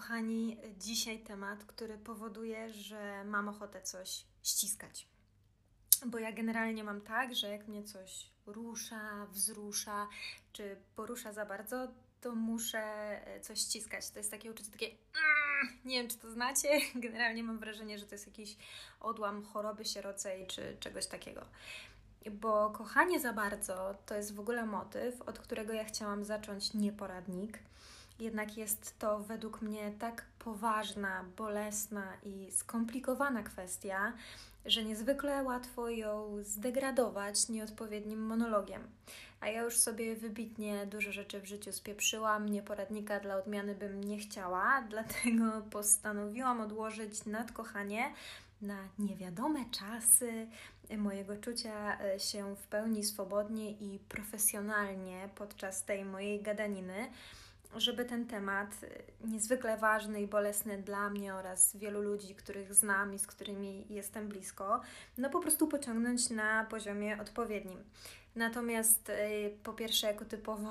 kochani, dzisiaj temat, który powoduje, że mam ochotę coś ściskać. Bo ja generalnie mam tak, że jak mnie coś rusza, wzrusza, czy porusza za bardzo, to muszę coś ściskać. To jest takie uczucie, nie wiem, czy to znacie. Generalnie mam wrażenie, że to jest jakiś odłam choroby sierocej, czy czegoś takiego. Bo kochanie za bardzo to jest w ogóle motyw, od którego ja chciałam zacząć nieporadnik. Jednak jest to według mnie tak poważna, bolesna i skomplikowana kwestia, że niezwykle łatwo ją zdegradować nieodpowiednim monologiem. A ja już sobie wybitnie dużo rzeczy w życiu spieprzyłam, nieporadnika dla odmiany bym nie chciała, dlatego postanowiłam odłożyć nadkochanie na niewiadome czasy mojego czucia się w pełni swobodnie i profesjonalnie podczas tej mojej gadaniny, żeby ten temat niezwykle ważny i bolesny dla mnie oraz wielu ludzi, których znam i z którymi jestem blisko, po prostu pociągnąć na poziomie odpowiednim. Natomiast po pierwsze, jako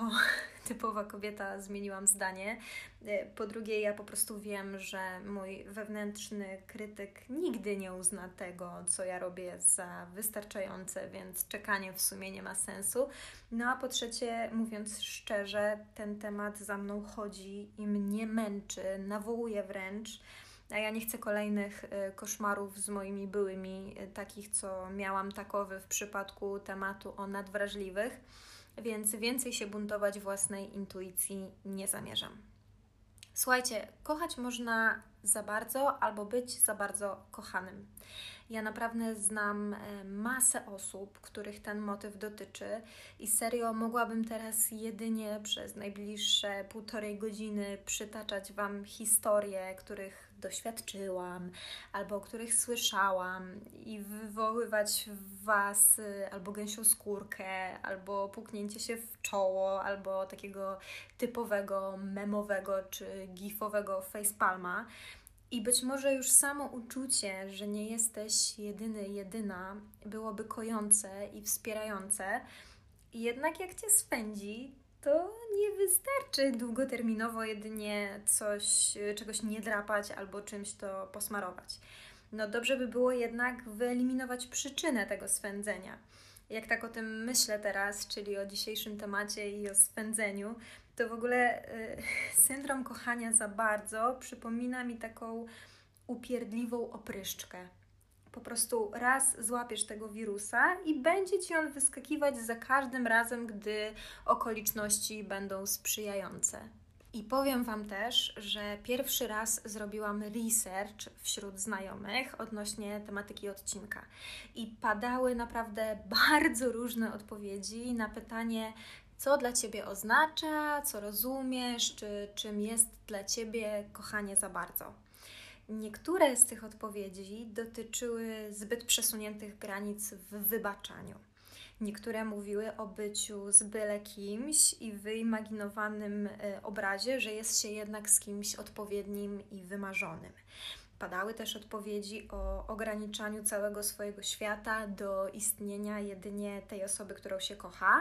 typowa kobieta zmieniłam zdanie. Po drugie, ja po prostu wiem, że mój wewnętrzny krytyk nigdy nie uzna tego, co ja robię za wystarczające, więc czekanie w sumie nie ma sensu. No a po trzecie, mówiąc szczerze, ten temat za mną chodzi i mnie męczy, nawołuje wręcz. A ja nie chcę kolejnych koszmarów z moimi byłymi, takich co miałam takowy w przypadku tematu o nadwrażliwych, więc więcej się buntować własnej intuicji nie zamierzam. Słuchajcie, kochać można za bardzo albo być za bardzo kochanym. Ja naprawdę znam masę osób, których ten motyw dotyczy i serio mogłabym teraz jedynie przez najbliższe 1,5 godziny przytaczać Wam historie, których doświadczyłam albo o których słyszałam i wywoływać w Was albo gęsią skórkę, albo puknięcie się w czoło, albo takiego typowego memowego czy gifowego facepalma. I być może już samo uczucie, że nie jesteś jedyny, jedyna, byłoby kojące i wspierające. Jednak jak Cię spędzi, to nie wystarczy długoterminowo jedynie czegoś nie drapać albo czymś to posmarować. Dobrze by było jednak wyeliminować przyczynę tego swędzenia. Jak tak o tym myślę teraz, czyli o dzisiejszym temacie i o swędzeniu, to w ogóle syndrom kochania za bardzo przypomina mi taką upierdliwą opryszczkę. Po prostu raz złapiesz tego wirusa i będzie Ci on wyskakiwać za każdym razem, gdy okoliczności będą sprzyjające. I powiem Wam też, że pierwszy raz zrobiłam research wśród znajomych odnośnie tematyki odcinka. I padały naprawdę bardzo różne odpowiedzi na pytanie, co dla Ciebie oznacza, co rozumiesz, czy czym jest dla Ciebie kochanie za bardzo. Niektóre z tych odpowiedzi dotyczyły zbyt przesuniętych granic w wybaczaniu. Niektóre mówiły o byciu z byle kimś i wyimaginowanym obrazie, że jest się jednak z kimś odpowiednim i wymarzonym. Padały też odpowiedzi o ograniczaniu całego swojego świata do istnienia jedynie tej osoby, którą się kocha.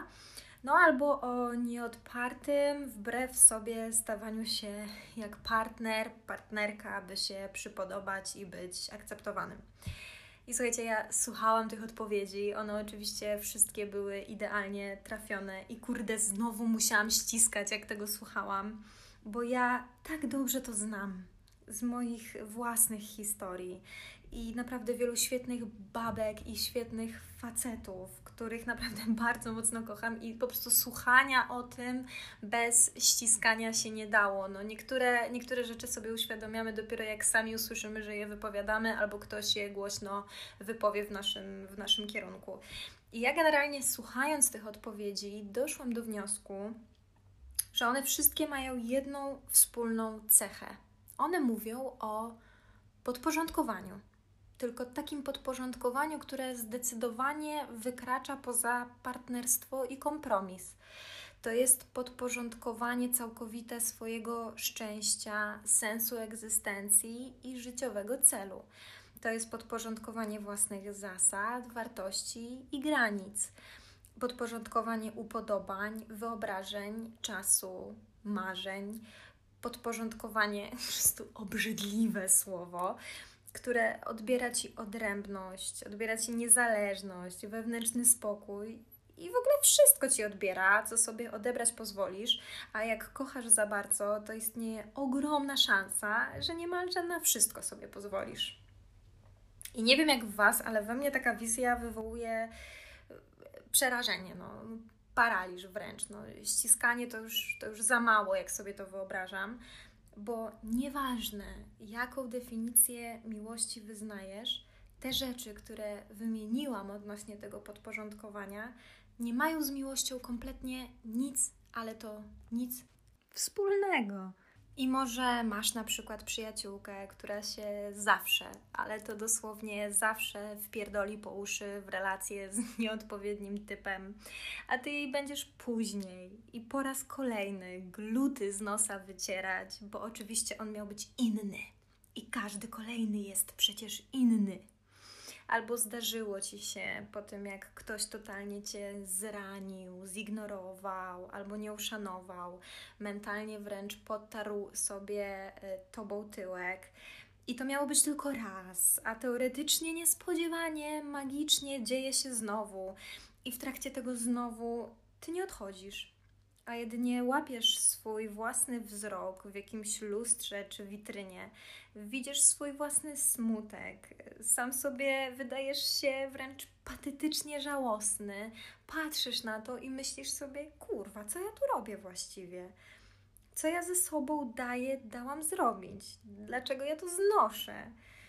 Albo o nieodpartym, wbrew sobie stawaniu się jak partnerka, by się przypodobać i być akceptowanym. I słuchajcie, ja słuchałam tych odpowiedzi, one oczywiście wszystkie były idealnie trafione i kurde, znowu musiałam ściskać, jak tego słuchałam, bo ja tak dobrze to znam z moich własnych historii i naprawdę wielu świetnych babek i świetnych facetów, których naprawdę bardzo mocno kocham i po prostu słuchania o tym bez ściskania się nie dało. Niektóre rzeczy sobie uświadamiamy dopiero jak sami usłyszymy, że je wypowiadamy albo ktoś je głośno wypowie w naszym kierunku. I ja generalnie słuchając tych odpowiedzi doszłam do wniosku, że one wszystkie mają jedną wspólną cechę. One mówią o podporządkowaniu. Tylko takim podporządkowaniu, które zdecydowanie wykracza poza partnerstwo i kompromis. To jest podporządkowanie całkowite swojego szczęścia, sensu egzystencji i życiowego celu. To jest podporządkowanie własnych zasad, wartości i granic. Podporządkowanie upodobań, wyobrażeń, czasu, marzeń. podporządkowanie, po prostu obrzydliwe słowo, które odbiera Ci odrębność, odbiera Ci niezależność, wewnętrzny spokój i w ogóle wszystko Ci odbiera, co sobie odebrać pozwolisz, a jak kochasz za bardzo, to istnieje ogromna szansa, że niemalże na wszystko sobie pozwolisz. I nie wiem jak w Was, ale we mnie taka wizja wywołuje przerażenie, paraliż wręcz. Ściskanie to już za mało, jak sobie to wyobrażam, bo nieważne, jaką definicję miłości wyznajesz, te rzeczy, które wymieniłam odnośnie tego podporządkowania, nie mają z miłością kompletnie nic, ale to nic wspólnego. I może masz na przykład przyjaciółkę, która się zawsze, ale to dosłownie zawsze wpierdoli po uszy w relację z nieodpowiednim typem, a ty jej będziesz później i po raz kolejny gluty z nosa wycierać, bo oczywiście on miał być inny i każdy kolejny jest przecież inny. Albo zdarzyło Ci się po tym, jak ktoś totalnie Cię zranił, zignorował albo nie uszanował, mentalnie wręcz podtarł sobie Tobą tyłek. I to miało być tylko raz, a teoretycznie niespodziewanie, magicznie dzieje się znowu. I w trakcie tego znowu Ty nie odchodzisz, a jedynie łapiesz swój własny wzrok w jakimś lustrze czy witrynie, widzisz swój własny smutek, sam sobie wydajesz się wręcz patetycznie żałosny, patrzysz na to i myślisz sobie, kurwa, co ja tu robię właściwie? Co ja ze sobą dałam zrobić? Dlaczego ja to znoszę?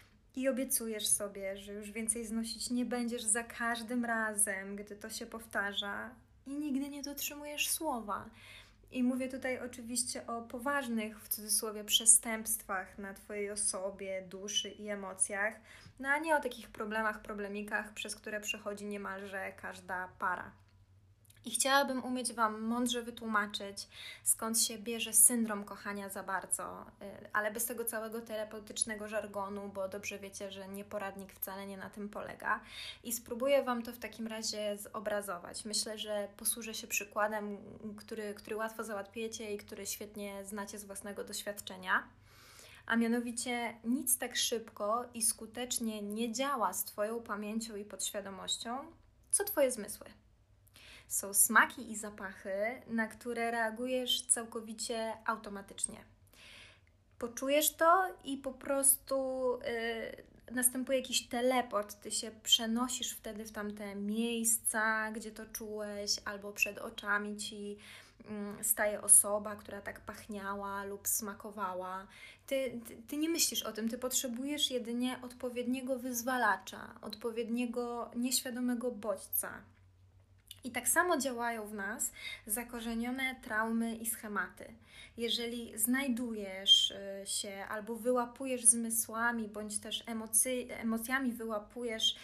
I obiecujesz sobie, że już więcej znosić nie będziesz za każdym razem, gdy to się powtarza i nigdy nie dotrzymujesz słowa. I mówię tutaj oczywiście o poważnych, w cudzysłowie, przestępstwach na Twojej osobie, duszy i emocjach, a nie o takich problemikach, przez które przechodzi niemalże każda para. I chciałabym umieć Wam mądrze wytłumaczyć, skąd się bierze syndrom kochania za bardzo, ale bez tego całego terapeutycznego żargonu, bo dobrze wiecie, że nieporadnik wcale nie na tym polega. I spróbuję Wam to w takim razie zobrazować. Myślę, że posłużę się przykładem, który łatwo załatwiecie i który świetnie znacie z własnego doświadczenia. A mianowicie nic tak szybko i skutecznie nie działa z Twoją pamięcią i podświadomością, co Twoje zmysły. Są smaki i zapachy, na które reagujesz całkowicie automatycznie. Poczujesz to i po prostu następuje jakiś teleport. Ty się przenosisz wtedy w tamte miejsca, gdzie to czułeś, albo przed oczami Ci staje osoba, która tak pachniała lub smakowała. Ty nie myślisz o tym, Ty potrzebujesz jedynie odpowiedniego wyzwalacza, odpowiedniego nieświadomego bodźca. I tak samo działają w nas zakorzenione traumy i schematy. Jeżeli znajdujesz się albo wyłapujesz zmysłami, bądź też emocjami wyłapujesz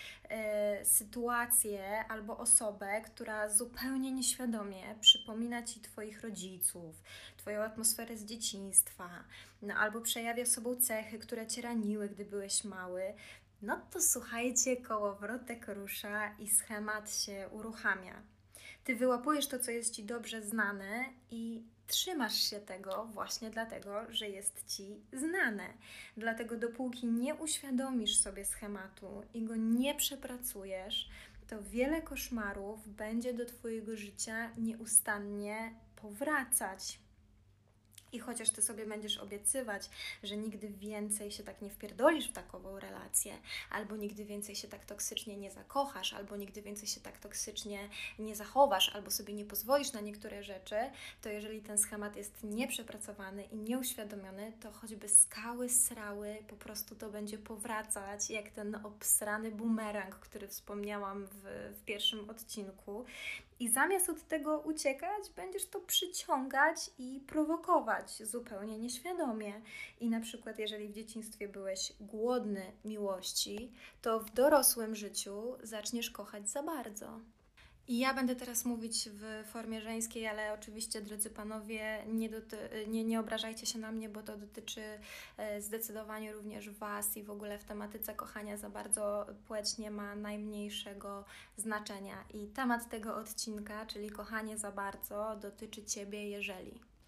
sytuację albo osobę, która zupełnie nieświadomie przypomina Ci Twoich rodziców, Twoją atmosferę z dzieciństwa, albo przejawia sobą cechy, które Cię raniły, gdy byłeś mały, no to słuchajcie, kołowrotek rusza i schemat się uruchamia. Ty wyłapujesz to, co jest Ci dobrze znane i trzymasz się tego właśnie dlatego, że jest Ci znane. Dlatego dopóki nie uświadomisz sobie schematu i go nie przepracujesz, to wiele koszmarów będzie do Twojego życia nieustannie powracać. I chociaż Ty sobie będziesz obiecywać, że nigdy więcej się tak nie wpierdolisz w takową relację, albo nigdy więcej się tak toksycznie nie zakochasz, albo nigdy więcej się tak toksycznie nie zachowasz, albo sobie nie pozwolisz na niektóre rzeczy, to jeżeli ten schemat jest nieprzepracowany i nieuświadomiony, to choćby skały srały, po prostu to będzie powracać, jak ten obsrany bumerang, który wspomniałam w pierwszym odcinku. I zamiast od tego uciekać, będziesz to przyciągać i prowokować zupełnie nieświadomie. I na przykład, jeżeli w dzieciństwie byłeś głodny miłości, to w dorosłym życiu zaczniesz kochać za bardzo. I ja będę teraz mówić w formie żeńskiej, ale oczywiście, drodzy panowie, nie obrażajcie się na mnie, bo to dotyczy zdecydowanie również Was i w ogóle w tematyce kochania za bardzo płeć nie ma najmniejszego znaczenia. I temat tego odcinka, czyli kochanie za bardzo, dotyczy Ciebie, jeżeli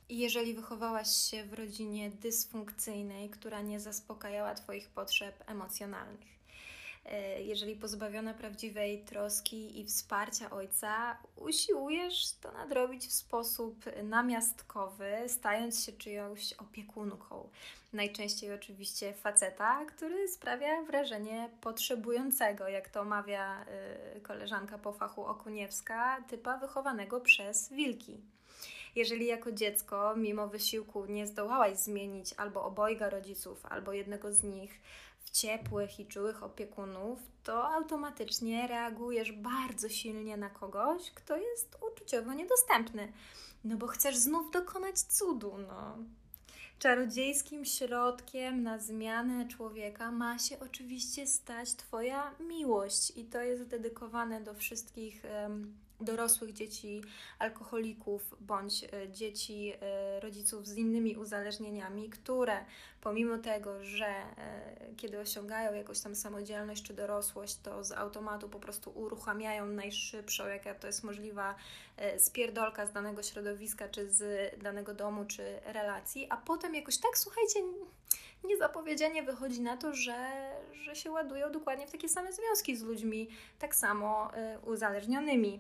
I jeżeli wychowałaś się w rodzinie dysfunkcyjnej, która nie zaspokajała Twoich potrzeb emocjonalnych, jeżeli pozbawiona prawdziwej troski i wsparcia ojca, usiłujesz to nadrobić w sposób namiastkowy, stając się czyjąś opiekunką. Najczęściej oczywiście faceta, który sprawia wrażenie potrzebującego, jak to mawia koleżanka po fachu Okuniewska, typa wychowanego przez wilki. Jeżeli jako dziecko, mimo wysiłku, nie zdołałaś zmienić albo obojga rodziców, albo jednego z nich w ciepłych i czułych opiekunów, to automatycznie reagujesz bardzo silnie na kogoś, kto jest uczuciowo niedostępny. No bo chcesz znów dokonać cudu, no. Czarodziejskim środkiem na zmianę człowieka ma się oczywiście stać Twoja miłość i to jest dedykowane do wszystkich dorosłych dzieci alkoholików bądź dzieci rodziców z innymi uzależnieniami, które pomimo tego, że kiedy osiągają jakąś tam samodzielność czy dorosłość, to z automatu po prostu uruchamiają najszybszą, jaka to jest możliwa, spierdolka z danego środowiska, czy z danego domu, czy relacji, a potem jakoś tak, słuchajcie, niezapowiedzianie wychodzi na to, że się ładują dokładnie w takie same związki z ludźmi, tak samo uzależnionymi.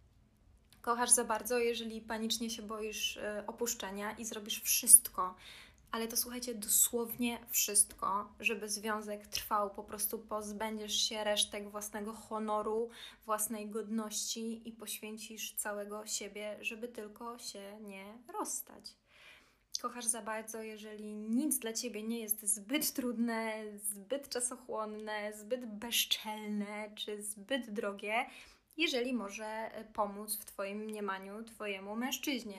Kochasz za bardzo, jeżeli panicznie się boisz opuszczenia i zrobisz wszystko, ale to słuchajcie, dosłownie wszystko, żeby związek trwał, po prostu pozbędziesz się resztek własnego honoru, własnej godności i poświęcisz całego siebie, żeby tylko się nie rozstać. Kochasz za bardzo, jeżeli nic dla Ciebie nie jest zbyt trudne, zbyt czasochłonne, zbyt bezczelne czy zbyt drogie, jeżeli może pomóc w Twoim mniemaniu Twojemu mężczyźnie.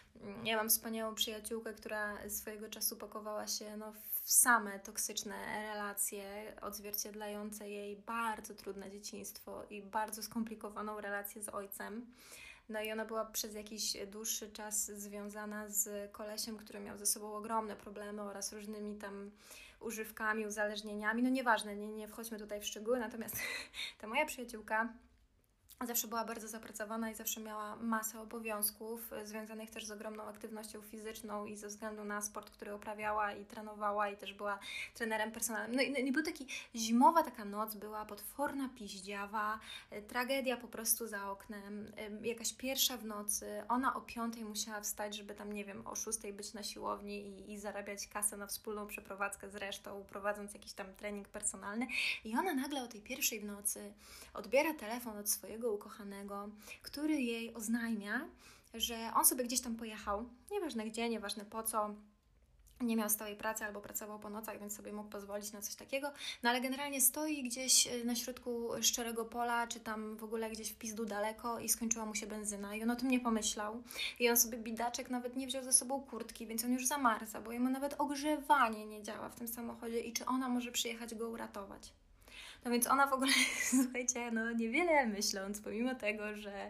Ja mam wspaniałą przyjaciółkę, która swojego czasu pakowała się w same toksyczne relacje, odzwierciedlające jej bardzo trudne dzieciństwo i bardzo skomplikowaną relację z ojcem. No i ona była przez jakiś dłuższy czas związana z kolesiem, który miał ze sobą ogromne problemy oraz różnymi tam używkami, uzależnieniami. No nieważne, nie wchodźmy tutaj w szczegóły, natomiast ta moja przyjaciółka zawsze była bardzo zapracowana i zawsze miała masę obowiązków związanych też z ogromną aktywnością fizyczną i ze względu na sport, który uprawiała i trenowała i też była trenerem personalnym. No i był taki, zimowa taka noc była, potworna piździawa, tragedia po prostu za oknem, jakaś pierwsza w nocy, ona o 5:00 musiała wstać, żeby tam, nie wiem, o 6:00 być na siłowni i zarabiać kasę na wspólną przeprowadzkę z resztą, prowadząc jakiś tam trening personalny i ona nagle o tej 1:00 w nocy odbiera telefon od swojego ukochanego, który jej oznajmia, że on sobie gdzieś tam pojechał, nieważne gdzie, nieważne po co, nie miał stałej pracy albo pracował po nocach, więc sobie mógł pozwolić na coś takiego, no ale generalnie stoi gdzieś na środku szczerego pola, czy tam w ogóle gdzieś w pizdu daleko i skończyła mu się benzyna i on o tym nie pomyślał i on sobie bidaczek nawet nie wziął ze sobą kurtki, więc on już zamarza, bo jemu nawet ogrzewanie nie działa w tym samochodzie i czy ona może przyjechać go uratować. No więc ona w ogóle, słuchajcie, niewiele myśląc, pomimo tego, że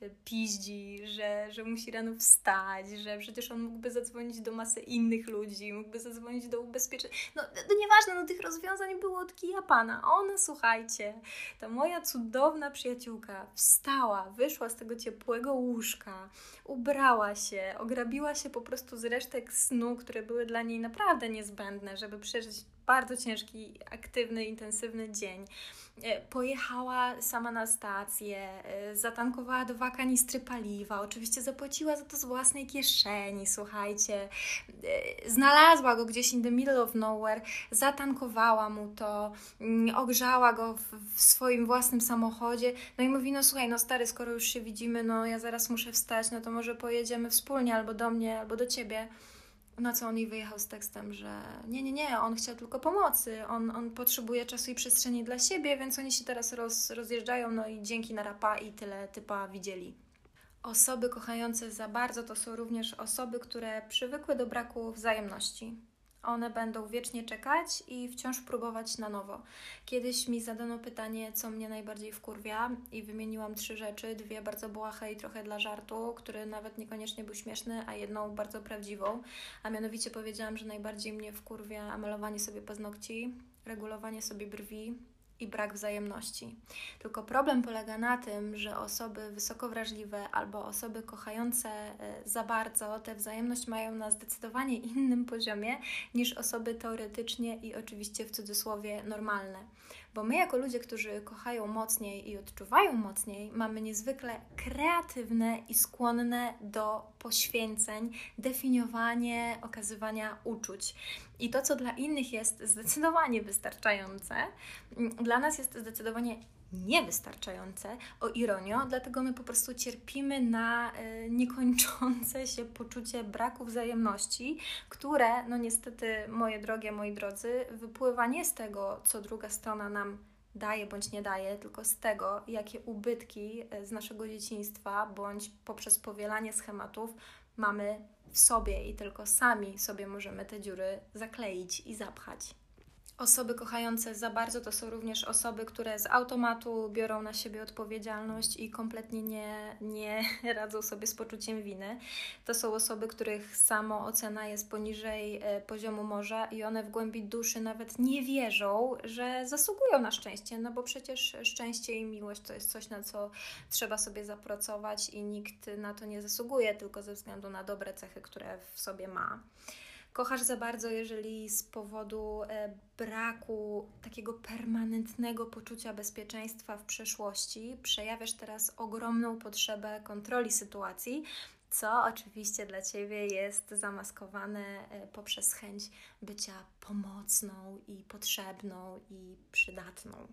piździ, że musi rano wstać, że przecież on mógłby zadzwonić do masy innych ludzi, mógłby zadzwonić do ubezpieczeń. No nieważne, tych rozwiązań było od kija pana. A ona, słuchajcie, ta moja cudowna przyjaciółka wstała, wyszła z tego ciepłego łóżka, ubrała się, ograbiła się po prostu z resztek snu, które były dla niej naprawdę niezbędne, żeby przeżyć bardzo ciężki, aktywny, intensywny dzień. Pojechała sama na stację, zatankowała 2 kanistry paliwa, oczywiście zapłaciła za to z własnej kieszeni, słuchajcie. Znalazła go gdzieś in the middle of nowhere, zatankowała mu to, ogrzała go w swoim własnym samochodzie, no i mówi, no słuchaj, stary, skoro już się widzimy, ja zaraz muszę wstać, to może pojedziemy wspólnie albo do mnie, albo do ciebie. Na co on jej wyjechał z tekstem, że nie, on chciał tylko pomocy, on potrzebuje czasu i przestrzeni dla siebie, więc oni się teraz rozjeżdżają, i dzięki na rapa i tyle typa widzieli. Osoby kochające za bardzo to są również osoby, które przywykły do braku wzajemności. One będą wiecznie czekać i wciąż próbować na nowo. Kiedyś mi zadano pytanie, co mnie najbardziej wkurwia i wymieniłam 3 rzeczy, 2 bardzo błahe i trochę dla żartu, który nawet niekoniecznie był śmieszny, a jedną bardzo prawdziwą. A mianowicie powiedziałam, że najbardziej mnie wkurwia malowanie sobie paznokci, regulowanie sobie brwi i brak wzajemności. Tylko problem polega na tym, że osoby wysoko wrażliwe albo osoby kochające za bardzo tę wzajemność mają na zdecydowanie innym poziomie niż osoby teoretycznie i oczywiście w cudzysłowie normalne. Bo my jako ludzie, którzy kochają mocniej i odczuwają mocniej, mamy niezwykle kreatywne i skłonne do poświęceń, definiowanie, okazywania uczuć. I to, co dla innych jest zdecydowanie wystarczające, dla nas jest zdecydowanie niewystarczające, o ironio, dlatego my po prostu cierpimy na niekończące się poczucie braku wzajemności, które, no niestety, moje drogie, moi drodzy, wypływa nie z tego, co druga strona nam daje bądź nie daje, tylko z tego, jakie ubytki z naszego dzieciństwa bądź poprzez powielanie schematów mamy w sobie i tylko sami sobie możemy te dziury zakleić i zapchać. Osoby kochające za bardzo to są również osoby, które z automatu biorą na siebie odpowiedzialność i kompletnie nie radzą sobie z poczuciem winy. To są osoby, których samoocena jest poniżej poziomu morza i one w głębi duszy nawet nie wierzą, że zasługują na szczęście, no bo przecież szczęście i miłość to jest coś, na co trzeba sobie zapracować i nikt na to nie zasługuje, tylko ze względu na dobre cechy, które w sobie ma. Kochasz za bardzo, jeżeli z powodu braku takiego permanentnego poczucia bezpieczeństwa w przeszłości przejawiasz teraz ogromną potrzebę kontroli sytuacji, co oczywiście dla Ciebie jest zamaskowane poprzez chęć bycia pomocną i potrzebną i przydatną.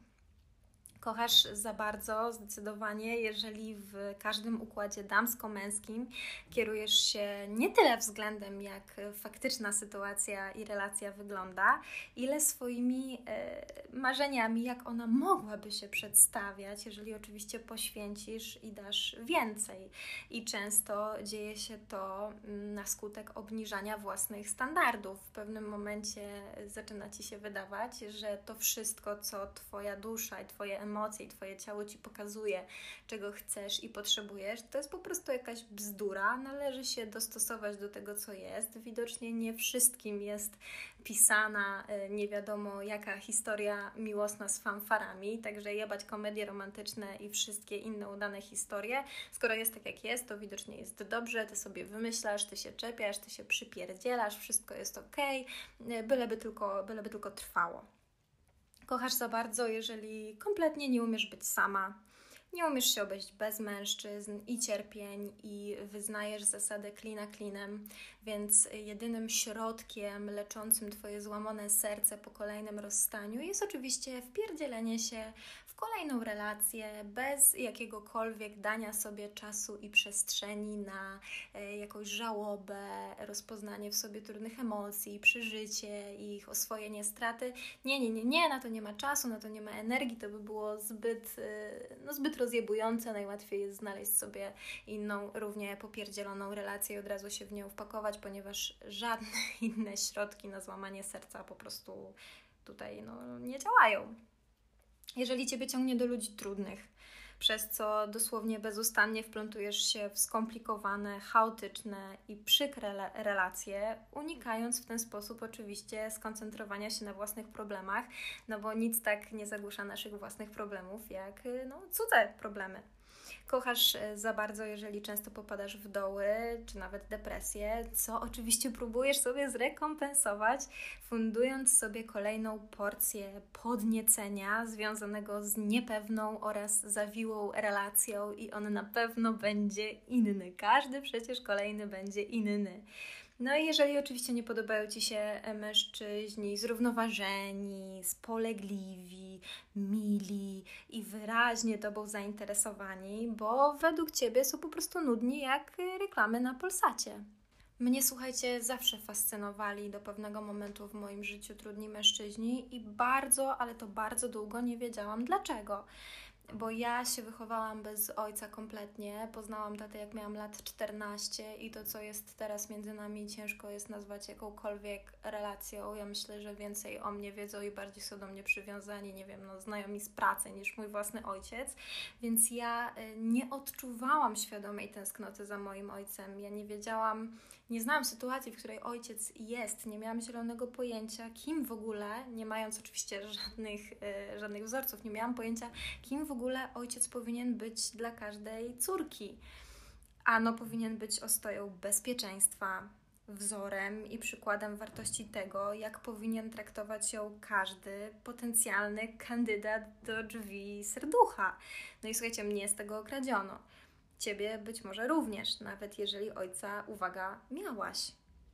Kochasz za bardzo, zdecydowanie, jeżeli w każdym układzie damsko-męskim kierujesz się nie tyle względem, jak faktyczna sytuacja i relacja wygląda, ile swoimi marzeniami, jak ona mogłaby się przedstawiać, jeżeli oczywiście poświęcisz i dasz więcej. I często dzieje się to na skutek obniżania własnych standardów. W pewnym momencie zaczyna Ci się wydawać, że to wszystko, co Twoja dusza i Twoje emocje i Twoje ciało Ci pokazuje, czego chcesz i potrzebujesz, to jest po prostu jakaś bzdura. Należy się dostosować do tego, co jest. Widocznie nie wszystkim jest pisana nie wiadomo jaka historia miłosna z fanfarami, także jebać komedie romantyczne i wszystkie inne udane historie. Skoro jest tak, jak jest, to widocznie jest dobrze, Ty sobie wymyślasz, Ty się czepiasz, Ty się przypierdzielasz, wszystko jest okej, byleby tylko trwało. Kochasz za bardzo, jeżeli kompletnie nie umiesz być sama, nie umiesz się obejść bez mężczyzn i cierpień i wyznajesz zasadę klina klinem, więc jedynym środkiem leczącym Twoje złamane serce po kolejnym rozstaniu jest oczywiście wpierdzielenie się w kolejną relację bez jakiegokolwiek dania sobie czasu i przestrzeni na jakąś żałobę, rozpoznanie w sobie trudnych emocji, przeżycie ich, oswojenie straty. Nie, na to nie ma czasu, na to nie ma energii, to by było zbyt rozjebujące. Najłatwiej jest znaleźć sobie inną, równie popierdzieloną relację i od razu się w nią wpakować, ponieważ żadne inne środki na złamanie serca po prostu tutaj nie działają. Jeżeli Ciebie ciągnie do ludzi trudnych, przez co dosłownie bezustannie wplątujesz się w skomplikowane, chaotyczne i przykre relacje, unikając w ten sposób oczywiście skoncentrowania się na własnych problemach, no bo nic tak nie zagłusza naszych własnych problemów jak cudze problemy. Kochasz za bardzo, jeżeli często popadasz w doły, czy nawet depresję, co oczywiście próbujesz sobie zrekompensować, fundując sobie kolejną porcję podniecenia związanego z niepewną oraz zawiłą relacją i on na pewno będzie inny. Każdy przecież kolejny będzie inny. No i jeżeli oczywiście nie podobają Ci się mężczyźni zrównoważeni, spolegliwi, mili i wyraźnie Tobą zainteresowani, bo według Ciebie są po prostu nudni jak reklamy na Polsacie. Mnie, słuchajcie, zawsze fascynowali do pewnego momentu w moim życiu trudni mężczyźni i bardzo, ale to bardzo długo nie wiedziałam dlaczego. Bo ja się wychowałam bez ojca kompletnie, poznałam tatę jak miałam lat 14 i to, co jest teraz między nami, ciężko jest nazwać jakąkolwiek relacją. Ja myślę, że więcej o mnie wiedzą i bardziej są do mnie przywiązani, nie wiem, znajomi z pracy niż mój własny ojciec, więc ja nie odczuwałam świadomej tęsknoty za moim ojcem. Ja nie wiedziałam, Nie znałam sytuacji, w której ojciec jest, nie miałam zielonego pojęcia, kim w ogóle, nie mając oczywiście żadnych wzorców, nie miałam pojęcia, kim w ogóle ojciec powinien być dla każdej córki. Ano powinien być ostoją bezpieczeństwa, wzorem i przykładem wartości tego, jak powinien traktować ją każdy potencjalny kandydat do drzwi serducha. No i słuchajcie, mnie z tego okradziono. Ciebie być może również, nawet jeżeli ojca, uwaga, miałaś.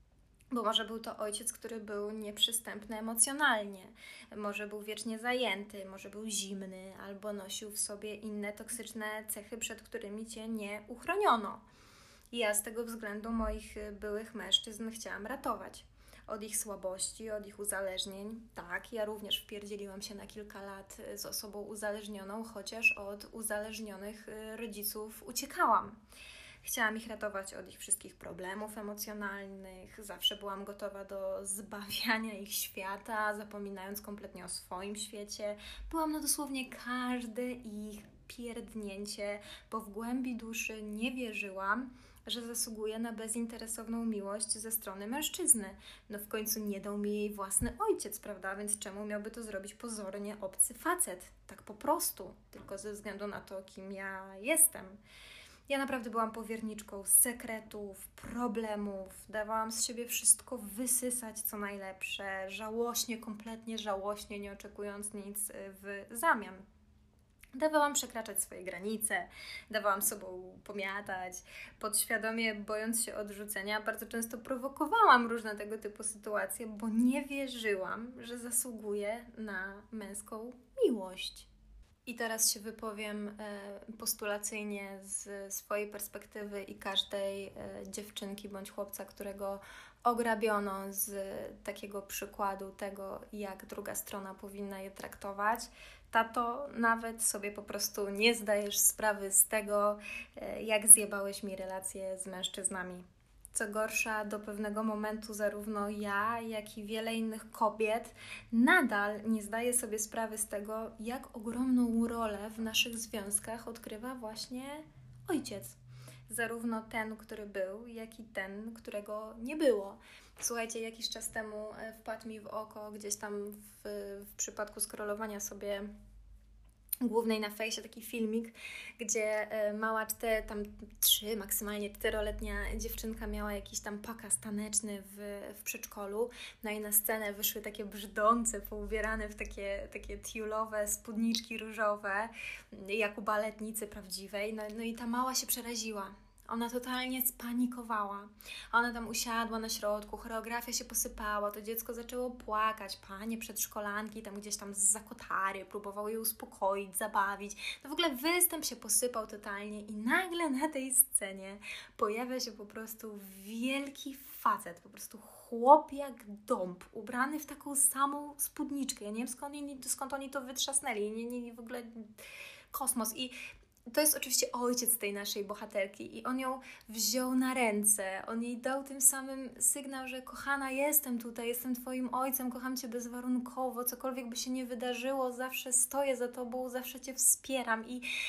Bo może był to ojciec, który był nieprzystępny emocjonalnie, może był wiecznie zajęty, może był zimny, albo nosił w sobie inne toksyczne cechy, przed którymi Cię nie uchroniono. I ja z tego względu moich byłych mężczyzn chciałam ratować. Od ich słabości, od ich uzależnień. Tak, ja również wpierdzieliłam się na kilka lat z osobą uzależnioną, chociaż od uzależnionych rodziców uciekałam. Chciałam ich ratować od ich wszystkich problemów emocjonalnych. Zawsze byłam gotowa do zbawiania ich świata, zapominając kompletnie o swoim świecie. Byłam na dosłownie każde ich pierdnięcie, bo w głębi duszy nie wierzyłam, że zasługuje na bezinteresowną miłość ze strony mężczyzny. No w końcu nie dał mi jej własny ojciec, prawda? Więc czemu miałby to zrobić pozornie obcy facet? Tak po prostu, tylko ze względu na to, kim ja jestem. Ja naprawdę byłam powierniczką sekretów, problemów, dawałam z siebie wszystko wysysać, co najlepsze, żałośnie, kompletnie żałośnie, nie oczekując nic w zamian. Dawałam przekraczać swoje granice, dawałam sobą pomiatać, podświadomie bojąc się odrzucenia, bardzo często prowokowałam różne tego typu sytuacje, bo nie wierzyłam, że zasługuję na męską miłość. I teraz się wypowiem postulacyjnie z swojej perspektywy i każdej dziewczynki bądź chłopca, którego ograbiono z takiego przykładu tego, jak druga strona powinna je traktować. Tato, nawet sobie po prostu nie zdajesz sprawy z tego, jak zjebałeś mi relacje z mężczyznami. Co gorsza, do pewnego momentu zarówno ja, jak i wiele innych kobiet nadal nie zdaję sobie sprawy z tego, jak ogromną rolę w naszych związkach odgrywa właśnie ojciec. Zarówno ten, który był, jak i ten, którego nie było. Słuchajcie, jakiś czas temu wpadł mi w oko gdzieś tam w przypadku scrollowania sobie głównej na fejsie taki filmik, gdzie mała maksymalnie 4-letnia dziewczynka miała jakiś tam pokaz taneczny w przedszkolu. No i na scenę wyszły takie brzdące, poubierane w takie tiulowe spódniczki różowe, jak u baletnicy prawdziwej. No i ta mała się przeraziła. Ona totalnie spanikowała. Ona tam usiadła na środku, choreografia się posypała, to dziecko zaczęło płakać. Panie przedszkolanki tam gdzieś tam zza kotary próbowały je uspokoić, zabawić. No w ogóle występ się posypał totalnie i nagle na tej scenie pojawia się po prostu wielki facet, po prostu chłop jak dąb, ubrany w taką samą spódniczkę. Ja nie wiem skąd oni to wytrzasnęli. Nie, w ogóle kosmos. I to jest oczywiście ojciec tej naszej bohaterki i on ją wziął na ręce, on jej dał tym samym sygnał, że kochana, jestem tutaj, jestem twoim ojcem, kocham cię bezwarunkowo, cokolwiek by się nie wydarzyło, zawsze stoję za tobą, zawsze cię wspieram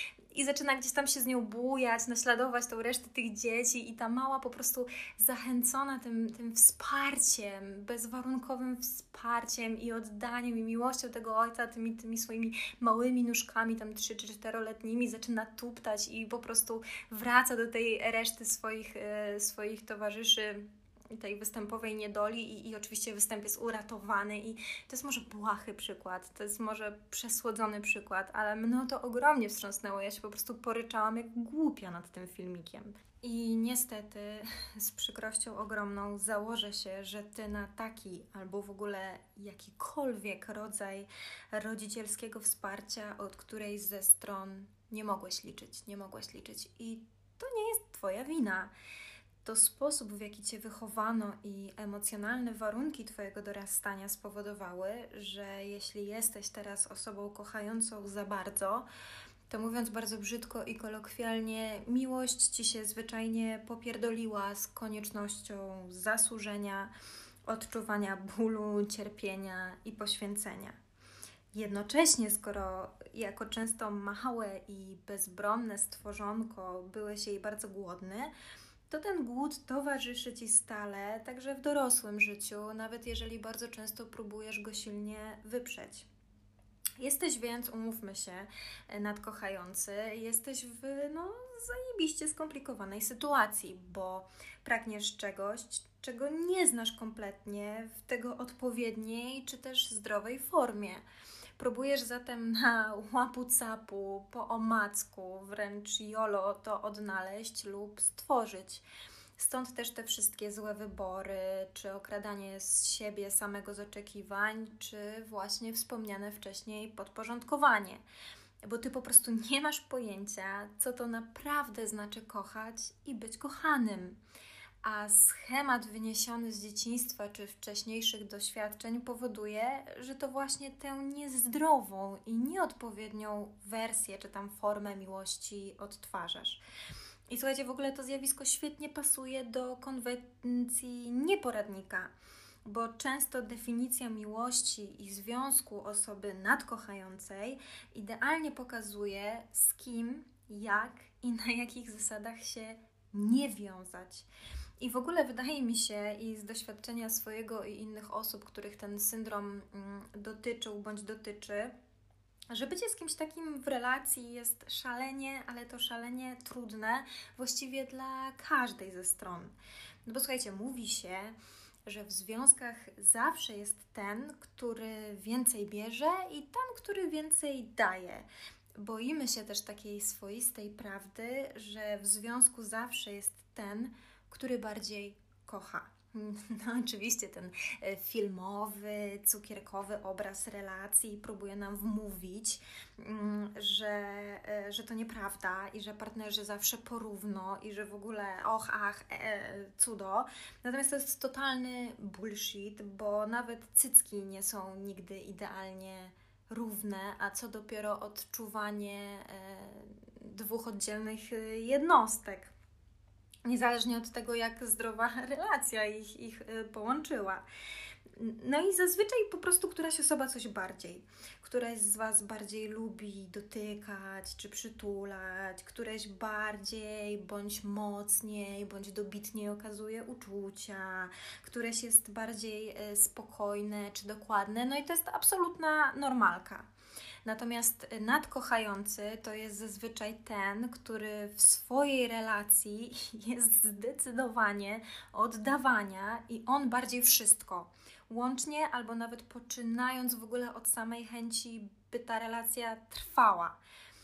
i zaczyna gdzieś tam się z nią bujać, naśladować tą resztę tych dzieci i ta mała po prostu zachęcona tym wsparciem, bezwarunkowym wsparciem i oddaniem i miłością tego ojca, tymi swoimi małymi nóżkami, tam 3 czy 4-letnimi, zaczyna tuptać i po prostu wraca do tej reszty swoich towarzyszy, tej występowej niedoli i oczywiście występ jest uratowany i to jest może błahy przykład, to jest może przesłodzony przykład, ale mnie to ogromnie wstrząsnęło, ja się po prostu poryczałam jak głupia nad tym filmikiem. I niestety z przykrością ogromną założę się, że Ty na taki albo w ogóle jakikolwiek rodzaj rodzicielskiego wsparcia od którejś ze stron nie mogłeś liczyć i to nie jest Twoja wina. To sposób, w jaki Cię wychowano i emocjonalne warunki Twojego dorastania spowodowały, że jeśli jesteś teraz osobą kochającą za bardzo, to mówiąc bardzo brzydko i kolokwialnie, miłość Ci się zwyczajnie popierdoliła z koniecznością zasłużenia, odczuwania bólu, cierpienia i poświęcenia. Jednocześnie, skoro jako często małe i bezbronne stworzonko byłeś jej bardzo głodny, to ten głód towarzyszy Ci stale, także w dorosłym życiu, nawet jeżeli bardzo często próbujesz go silnie wyprzeć. Jesteś więc, umówmy się, nadkochający, jesteś w zajebiście skomplikowanej sytuacji, bo pragniesz czegoś, czego nie znasz kompletnie w tego odpowiedniej czy też zdrowej formie. Próbujesz zatem na łapu-capu, po omacku, wręcz jolo to odnaleźć lub stworzyć. Stąd też te wszystkie złe wybory, czy okradanie z siebie samego z oczekiwań, czy właśnie wspomniane wcześniej podporządkowanie. Bo Ty po prostu nie masz pojęcia, co to naprawdę znaczy kochać i być kochanym. A schemat wyniesiony z dzieciństwa czy wcześniejszych doświadczeń powoduje, że to właśnie tę niezdrową i nieodpowiednią wersję czy tam formę miłości odtwarzasz. I słuchajcie, w ogóle to zjawisko świetnie pasuje do konwencji nieporadnika, bo często definicja miłości i związku osoby nadkochającej idealnie pokazuje, z kim, jak i na jakich zasadach się nie wiązać. I w ogóle wydaje mi się, i z doświadczenia swojego i innych osób, których ten syndrom dotyczył bądź dotyczy, że bycie z kimś takim w relacji jest szalenie, ale to szalenie trudne właściwie dla każdej ze stron. No bo słuchajcie, mówi się, że w związkach zawsze jest ten, który więcej bierze i ten, który więcej daje. Boimy się też takiej swoistej prawdy, że w związku zawsze jest ten, który bardziej kocha. No oczywiście ten filmowy, cukierkowy obraz relacji próbuje nam wmówić, że to nieprawda i że partnerzy zawsze porówno i że w ogóle cudo. Natomiast to jest totalny bullshit, bo nawet cycki nie są nigdy idealnie równe, a co dopiero odczuwanie dwóch oddzielnych jednostek. Niezależnie od tego, jak zdrowa relacja ich połączyła. No i zazwyczaj po prostu któraś osoba coś bardziej. Któraś z Was bardziej lubi dotykać czy przytulać, któraś bardziej bądź mocniej, bądź dobitniej okazuje uczucia, któreś jest bardziej spokojne czy dokładne. No i to jest absolutna normalka. Natomiast nadkochający to jest zazwyczaj ten, który w swojej relacji jest zdecydowanie oddawania i on bardziej wszystko. Łącznie albo nawet poczynając w ogóle od samej chęci, by ta relacja trwała.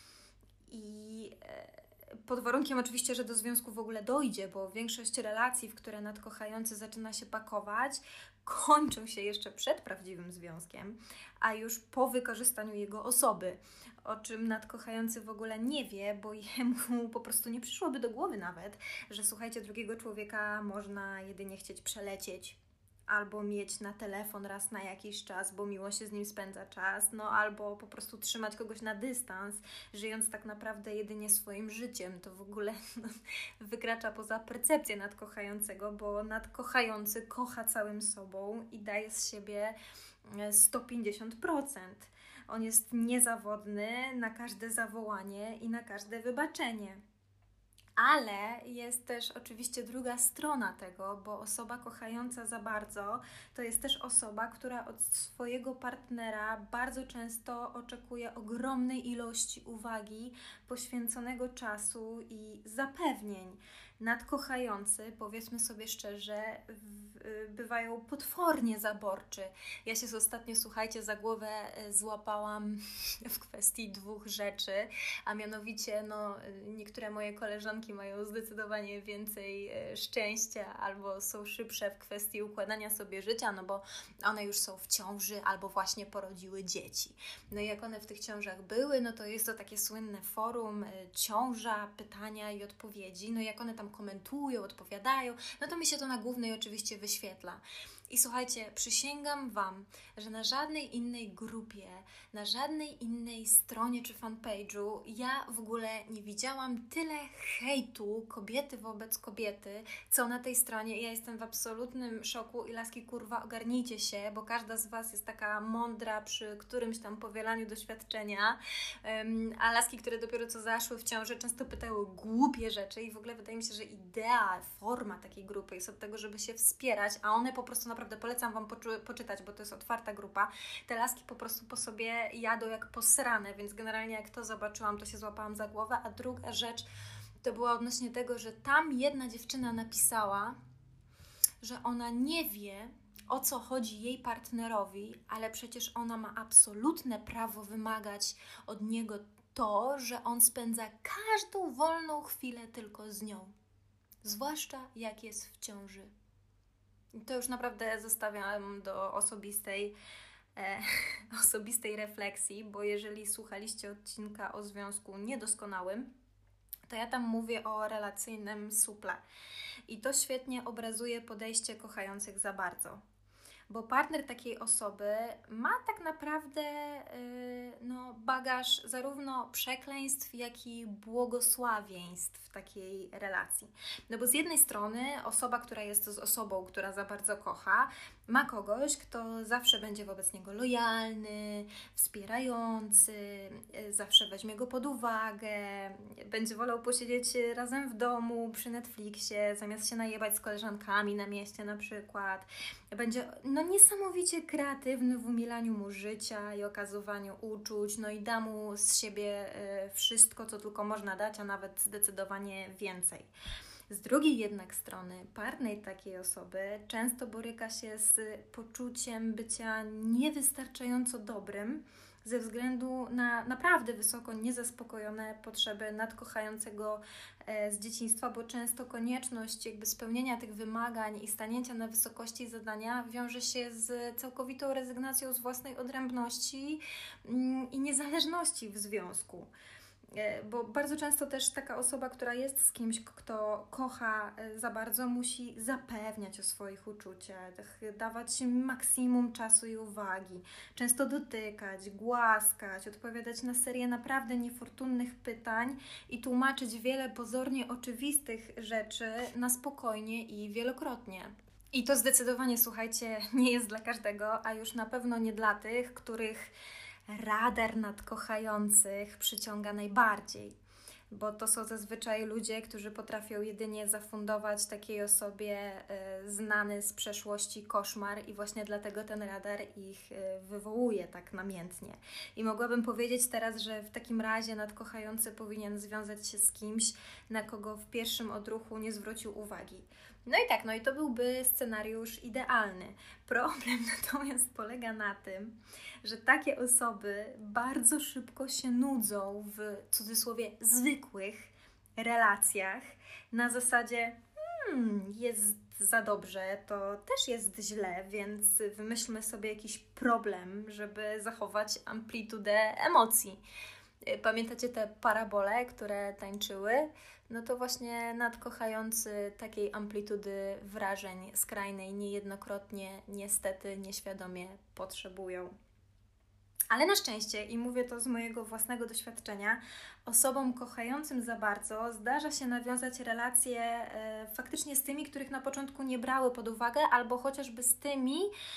I pod warunkiem oczywiście, że do związku w ogóle dojdzie, bo większość relacji, w które nadkochający zaczyna się pakować, kończą się jeszcze przed prawdziwym związkiem, a już po wykorzystaniu jego osoby, o czym nadkochający w ogóle nie wie, bo jemu po prostu nie przyszłoby do głowy nawet, że słuchajcie, drugiego człowieka można jedynie chcieć przelecieć, albo mieć na telefon raz na jakiś czas, bo miło się z nim spędza czas, no albo po prostu trzymać kogoś na dystans, żyjąc tak naprawdę jedynie swoim życiem. To w ogóle wykracza poza percepcję nadkochającego, bo nadkochający kocha całym sobą i daje z siebie 150%. On jest niezawodny na każde zawołanie i na każde wybaczenie. Ale jest też oczywiście druga strona tego, bo osoba kochająca za bardzo to jest też osoba, która od swojego partnera bardzo często oczekuje ogromnej ilości uwagi, poświęconego czasu i zapewnień. Nadkochający, powiedzmy sobie szczerze, bywają potwornie zaborczy. Ja się ostatnio, słuchajcie, za głowę złapałam w kwestii dwóch rzeczy, a mianowicie niektóre moje koleżanki mają zdecydowanie więcej szczęścia albo są szybsze w kwestii układania sobie życia, no bo one już są w ciąży albo właśnie porodziły dzieci. No i jak one w tych ciążach były, no to jest to takie słynne forum ciąża, pytania i odpowiedzi. No jak one tam komentują, odpowiadają, no to mi się to na głównej oczywiście wyświetla. I słuchajcie, przysięgam Wam, że na żadnej innej grupie, na żadnej innej stronie czy fanpage'u ja w ogóle nie widziałam tyle hejtu kobiety wobec kobiety, co na tej stronie. Ja jestem w absolutnym szoku i laski, kurwa, ogarnijcie się, bo każda z Was jest taka mądra przy którymś tam powielaniu doświadczenia, a laski, które dopiero co zaszły w ciąży, często pytały głupie rzeczy i w ogóle wydaje mi się, że idea, forma takiej grupy jest od tego, żeby się wspierać, a one po prostu naprawdę polecam Wam poczytać, bo to jest otwarta grupa. Te laski po prostu po sobie jadą jak posrane, więc generalnie jak to zobaczyłam, to się złapałam za głowę. A druga rzecz to była odnośnie tego, że tam jedna dziewczyna napisała, że ona nie wie, o co chodzi jej partnerowi, ale przecież ona ma absolutne prawo wymagać od niego to, że on spędza każdą wolną chwilę tylko z nią. Zwłaszcza jak jest w ciąży. I to już naprawdę zostawiam do osobistej refleksji, bo jeżeli słuchaliście odcinka o związku niedoskonałym, to ja tam mówię o relacyjnym suple. I to świetnie obrazuje podejście kochających za bardzo. Bo partner takiej osoby ma tak naprawdę bagaż zarówno przekleństw, jak i błogosławieństw w takiej relacji. No bo z jednej strony osoba, która jest z osobą, która za bardzo kocha, ma kogoś, kto zawsze będzie wobec niego lojalny, wspierający, zawsze weźmie go pod uwagę, będzie wolał posiedzieć razem w domu przy Netflixie, zamiast się najebać z koleżankami na mieście na przykład. Będzie niesamowicie kreatywny w umilaniu mu życia i okazywaniu uczuć, i da mu z siebie wszystko, co tylko można dać, a nawet zdecydowanie więcej. Z drugiej jednak strony partner takiej osoby często boryka się z poczuciem bycia niewystarczająco dobrym ze względu na naprawdę wysoko niezaspokojone potrzeby nadkochającego z dzieciństwa, bo często konieczność spełnienia tych wymagań i stanięcia na wysokości zadania wiąże się z całkowitą rezygnacją z własnej odrębności i niezależności w związku. Bo bardzo często też taka osoba, która jest z kimś, kto kocha za bardzo, musi zapewniać o swoich uczuciach, dawać maksimum czasu i uwagi, często dotykać, głaskać, odpowiadać na serię naprawdę niefortunnych pytań i tłumaczyć wiele pozornie oczywistych rzeczy na spokojnie i wielokrotnie. I to zdecydowanie, słuchajcie, nie jest dla każdego, a już na pewno nie dla tych, których radar nadkochających przyciąga najbardziej, bo to są zazwyczaj ludzie, którzy potrafią jedynie zafundować takiej osobie znany z przeszłości koszmar i właśnie dlatego ten radar ich wywołuje tak namiętnie. I mogłabym powiedzieć teraz, że w takim razie nadkochający powinien związać się z kimś, na kogo w pierwszym odruchu nie zwrócił uwagi. I to byłby scenariusz idealny. Problem natomiast polega na tym, że takie osoby bardzo szybko się nudzą w cudzysłowie zwykłych relacjach na zasadzie jest za dobrze, to też jest źle, więc wymyślmy sobie jakiś problem, żeby zachować amplitudę emocji. Pamiętacie te parabole, które tańczyły? To właśnie nadkochający takiej amplitudy wrażeń skrajnej niejednokrotnie, niestety, nieświadomie potrzebują. Ale na szczęście, i mówię to z mojego własnego doświadczenia, osobom kochającym za bardzo zdarza się nawiązać relacje faktycznie z tymi, których na początku nie brały pod uwagę, albo chociażby z tymi,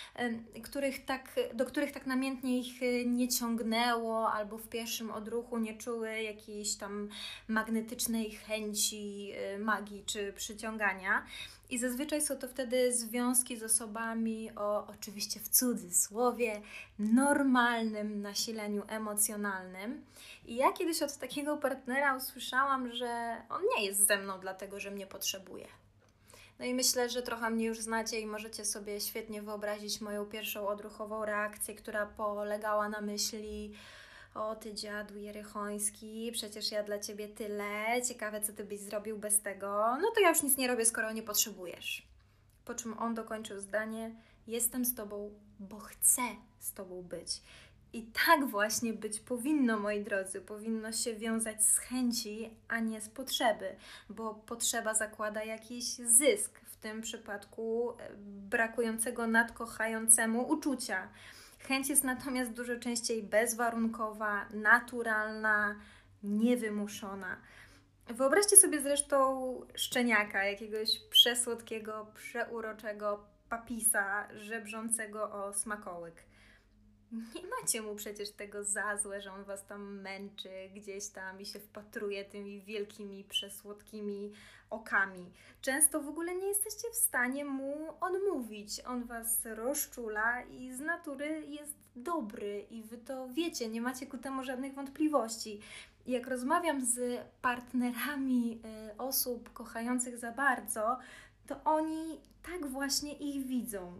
do których tak namiętnie ich nie ciągnęło, albo w pierwszym odruchu nie czuły jakiejś tam magnetycznej chęci, magii czy przyciągania. I zazwyczaj są to wtedy związki z osobami o, oczywiście w cudzysłowie, normalnym nasileniu emocjonalnym. I ja kiedyś od takiego partnera usłyszałam, że on nie jest ze mną dlatego, że mnie potrzebuje. I myślę, że trochę mnie już znacie i możecie sobie świetnie wyobrazić moją pierwszą odruchową reakcję, która polegała na myśli: o ty dziadu jerychoński, przecież ja dla ciebie tyle, ciekawe co ty byś zrobił bez tego, to ja już nic nie robię, skoro nie potrzebujesz. Po czym on dokończył zdanie: jestem z tobą, bo chcę z tobą być. I tak właśnie być powinno, moi drodzy, powinno się wiązać z chęci, a nie z potrzeby, bo potrzeba zakłada jakiś zysk w tym przypadku brakującego nadkochającemu uczucia. Chęć jest natomiast dużo częściej bezwarunkowa, naturalna, niewymuszona. Wyobraźcie sobie zresztą szczeniaka, jakiegoś przesłodkiego, przeuroczego papisa żebrzącego o smakołyk. Nie macie mu przecież tego za złe, że on was tam męczy gdzieś tam i się wpatruje tymi wielkimi, przesłodkimi okami. Często w ogóle nie jesteście w stanie mu odmówić. On was rozczula i z natury jest dobry i wy to wiecie, nie macie ku temu żadnych wątpliwości. I jak rozmawiam z partnerami osób kochających za bardzo, to oni tak właśnie ich widzą.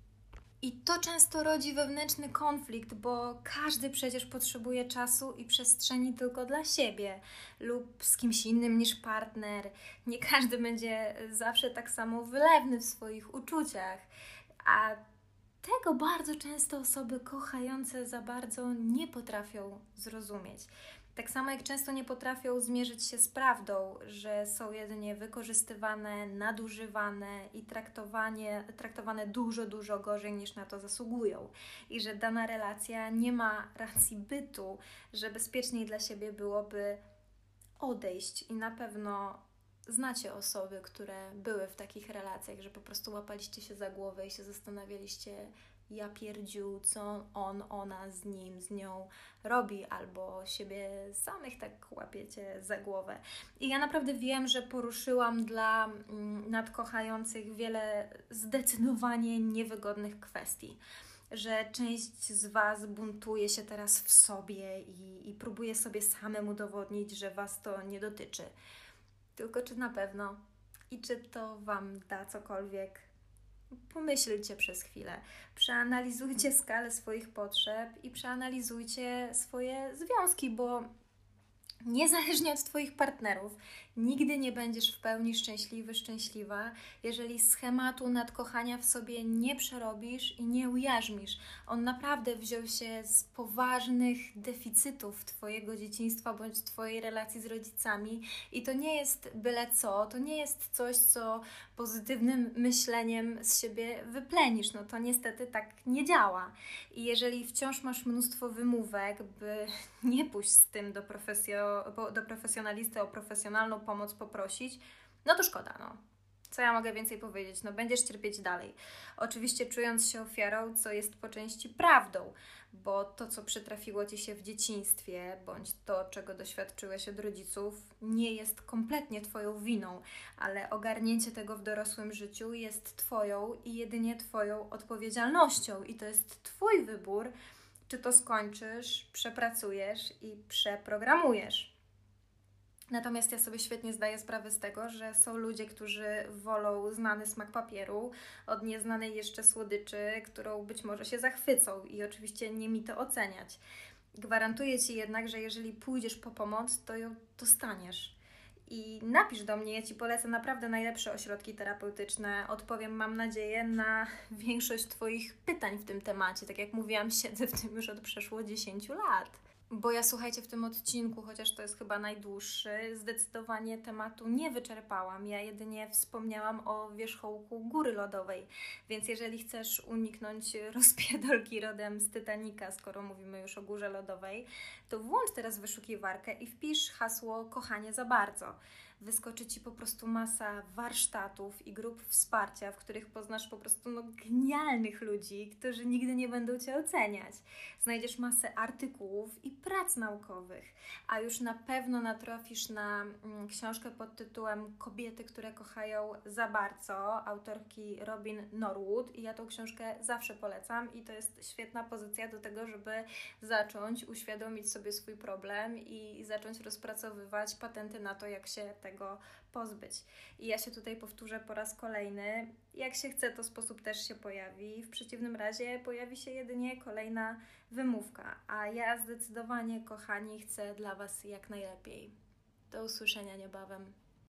I to często rodzi wewnętrzny konflikt, bo każdy przecież potrzebuje czasu i przestrzeni tylko dla siebie lub z kimś innym niż partner. Nie każdy będzie zawsze tak samo wylewny w swoich uczuciach, a tego bardzo często osoby kochające za bardzo nie potrafią zrozumieć. Tak samo jak często nie potrafią zmierzyć się z prawdą, że są jedynie wykorzystywane, nadużywane i traktowane dużo, dużo gorzej niż na to zasługują. I że dana relacja nie ma racji bytu, że bezpieczniej dla siebie byłoby odejść. I na pewno znacie osoby, które były w takich relacjach, że po prostu łapaliście się za głowę i się zastanawialiście, ja pierdziu, co on, ona z nim, z nią robi, albo siebie samych tak łapiecie za głowę. I ja naprawdę wiem, że poruszyłam dla nadkochających wiele zdecydowanie niewygodnych kwestii. Że część z Was buntuje się teraz w sobie i próbuje sobie samemu udowodnić, że Was to nie dotyczy. Tylko czy na pewno? I czy to Wam da cokolwiek? Pomyślcie przez chwilę, przeanalizujcie skalę swoich potrzeb i przeanalizujcie swoje związki, bo niezależnie od Twoich partnerów, nigdy nie będziesz w pełni szczęśliwy, szczęśliwa, jeżeli schematu nadkochania w sobie nie przerobisz i nie ujarzmisz. On naprawdę wziął się z poważnych deficytów Twojego dzieciństwa bądź Twojej relacji z rodzicami i to nie jest byle co, to nie jest coś, co pozytywnym myśleniem z siebie wyplenisz. No to niestety tak nie działa. I jeżeli wciąż masz mnóstwo wymówek, by nie pójść z tym do profesjonalisty o profesjonalną pomoc poprosić, no to szkoda, no. Co ja mogę więcej powiedzieć? No będziesz cierpieć dalej. Oczywiście czując się ofiarą, co jest po części prawdą, bo to, co przytrafiło Ci się w dzieciństwie, bądź to, czego doświadczyłeś od rodziców, nie jest kompletnie Twoją winą, ale ogarnięcie tego w dorosłym życiu jest Twoją i jedynie Twoją odpowiedzialnością i to jest Twój wybór, czy to skończysz, przepracujesz i przeprogramujesz. Natomiast ja sobie świetnie zdaję sprawę z tego, że są ludzie, którzy wolą znany smak papieru od nieznanej jeszcze słodyczy, którą być może się zachwycą i oczywiście nie mi to oceniać. Gwarantuję Ci jednak, że jeżeli pójdziesz po pomoc, to ją dostaniesz. I napisz do mnie, ja Ci polecę naprawdę najlepsze ośrodki terapeutyczne. Odpowiem, mam nadzieję, na większość Twoich pytań w tym temacie. Tak jak mówiłam, siedzę w tym już od przeszło 10 lat. Bo ja, słuchajcie, w tym odcinku, chociaż to jest chyba najdłuższy, zdecydowanie tematu nie wyczerpałam. Ja jedynie wspomniałam o wierzchołku góry lodowej. Więc jeżeli chcesz uniknąć rozpierdolki rodem z Titanica, skoro mówimy już o górze lodowej, to włącz teraz wyszukiwarkę i wpisz hasło kochanie za bardzo. Wyskoczy Ci po prostu masa warsztatów i grup wsparcia, w których poznasz po prostu genialnych ludzi, którzy nigdy nie będą Cię oceniać. Znajdziesz masę artykułów i prac naukowych, a już na pewno natrafisz na książkę pod tytułem Kobiety, które kochają za bardzo, autorki Robin Norwood i ja tą książkę zawsze polecam i to jest świetna pozycja do tego, żeby zacząć uświadomić sobie swój problem i zacząć rozpracowywać patenty na to, jak się tego pozbyć. I ja się tutaj powtórzę po raz kolejny. Jak się chce, to sposób też się pojawi. W przeciwnym razie pojawi się jedynie kolejna wymówka. A ja zdecydowanie, kochani, chcę dla Was jak najlepiej. Do usłyszenia niebawem.